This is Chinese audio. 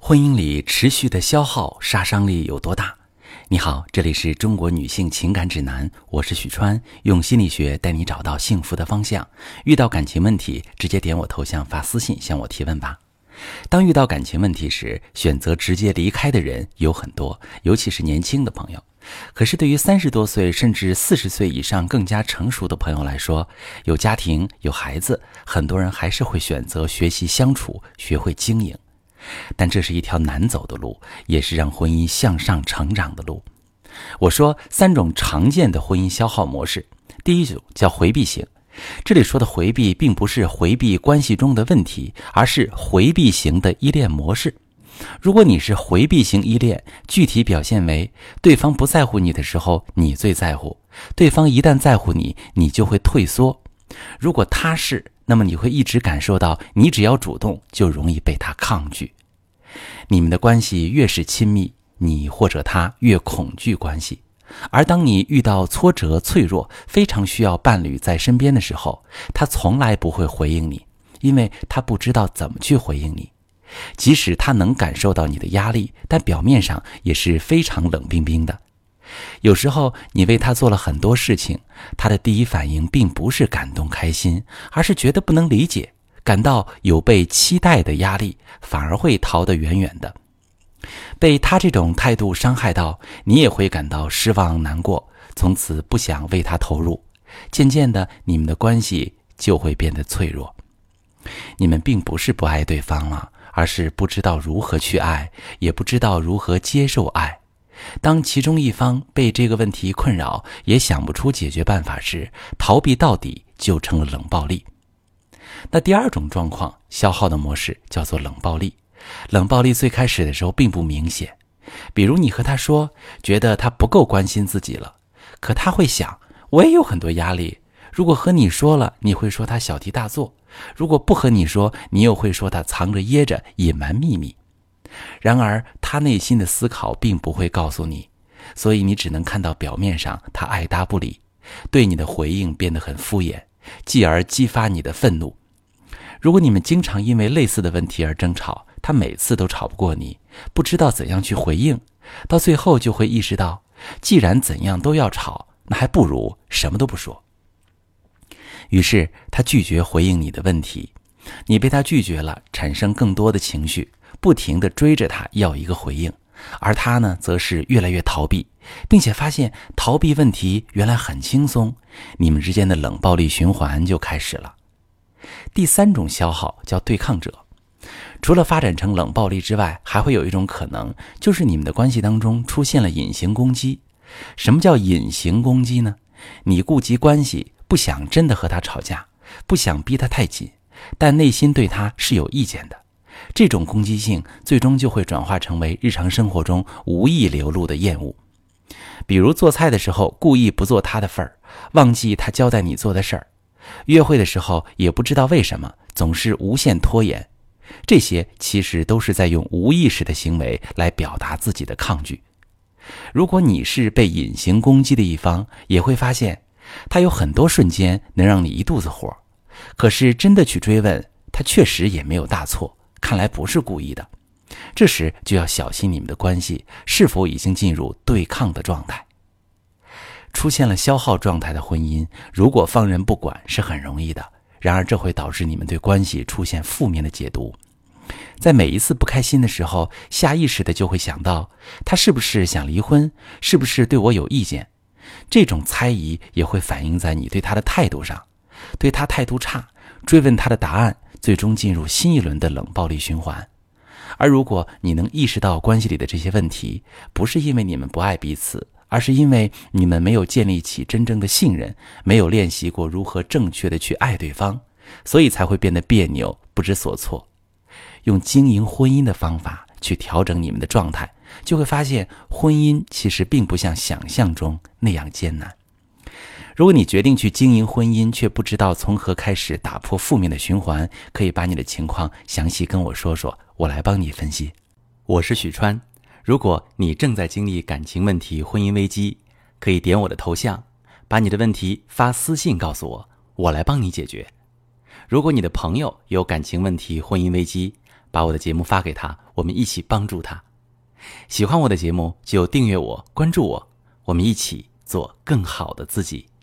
婚姻里持续的消耗杀伤力有多大？你好，这里是中国女性情感指南，我是许川，用心理学带你找到幸福的方向。遇到感情问题，直接点我头像发私信向我提问吧。当遇到感情问题时，选择直接离开的人有很多，尤其是年轻的朋友。可是对于30多岁甚至40岁以上更加成熟的朋友来说，有家庭有孩子，很多人还是会选择学习相处，学会经营。但这是一条难走的路，也是让婚姻向上成长的路。我说3种常见的婚姻消耗模式。第一种叫回避型，这里说的回避并不是回避关系中的问题，而是回避型的依恋模式。如果你是回避型依恋，具体表现为对方不在乎你的时候你最在乎，对方一旦在乎你，你就会退缩。如果他是，那么你会一直感受到你只要主动就容易被他抗拒。你们的关系越是亲密，你或者他越恐惧关系。而当你遇到挫折脆弱，非常需要伴侣在身边的时候，他从来不会回应你，因为他不知道怎么去回应你。即使他能感受到你的压力，但表面上也是非常冷冰冰的。有时候你为他做了很多事情，他的第一反应并不是感动开心，而是觉得不能理解，感到有被期待的压力，反而会逃得远远的。被他这种态度伤害到，你也会感到失望难过，从此不想为他投入。渐渐的，你们的关系就会变得脆弱。你们并不是不爱对方了，而是不知道如何去爱，也不知道如何接受爱。当其中一方被这个问题困扰，也想不出解决办法时，逃避到底就成了冷暴力。那第二种状况，消耗的模式叫做冷暴力。冷暴力最开始的时候并不明显，比如你和他说，觉得他不够关心自己了，可他会想，我也有很多压力，如果和你说了，你会说他小题大做，如果不和你说，你又会说他藏着掖着，隐瞒秘密。然而他内心的思考并不会告诉你，所以你只能看到表面上他爱答不理，对你的回应变得很敷衍，继而激发你的愤怒。如果你们经常因为类似的问题而争吵，他每次都吵不过你，不知道怎样去回应，到最后就会意识到，既然怎样都要吵，那还不如什么都不说。于是他拒绝回应你的问题，你被他拒绝了，产生更多的情绪，不停地追着他要一个回应，而他呢，则是越来越逃避，并且发现逃避问题原来很轻松，你们之间的冷暴力循环就开始了。第3种消耗叫对抗者。除了发展成冷暴力之外，还会有一种可能，就是你们的关系当中出现了隐形攻击。什么叫隐形攻击呢？你顾及关系，不想真的和他吵架，不想逼他太紧，但内心对他是有意见的。这种攻击性最终就会转化成为日常生活中无意流露的厌恶。比如做菜的时候故意不做他的份儿，忘记他交代你做的事儿，约会的时候也不知道为什么总是无限拖延，这些其实都是在用无意识的行为来表达自己的抗拒。如果你是被隐形攻击的一方，也会发现他有很多瞬间能让你一肚子火，可是真的去追问，他确实也没有大错，看来不是故意的。这时就要小心你们的关系是否已经进入对抗的状态。出现了消耗状态的婚姻，如果放任不管是很容易的，然而这会导致你们对关系出现负面的解读。在每一次不开心的时候，下意识的就会想到，他是不是想离婚，是不是对我有意见。这种猜疑也会反映在你对他的态度上，对他态度差，追问他的答案，最终进入新一轮的冷暴力循环。而如果你能意识到关系里的这些问题，不是因为你们不爱彼此，而是因为你们没有建立起真正的信任，没有练习过如何正确的去爱对方，所以才会变得别扭，不知所措。用经营婚姻的方法去调整你们的状态，就会发现婚姻其实并不像想象中那样艰难。如果你决定去经营婚姻，却不知道从何开始打破负面的循环，可以把你的情况详细跟我说说，我来帮你分析。我是许川，如果你正在经历感情问题、婚姻危机，可以点我的头像，把你的问题发私信告诉我，我来帮你解决。如果你的朋友有感情问题、婚姻危机， 把我的节目发给他，我们一起帮助他。喜欢我的节目就订阅我，关注我，我们一起做更好的自己。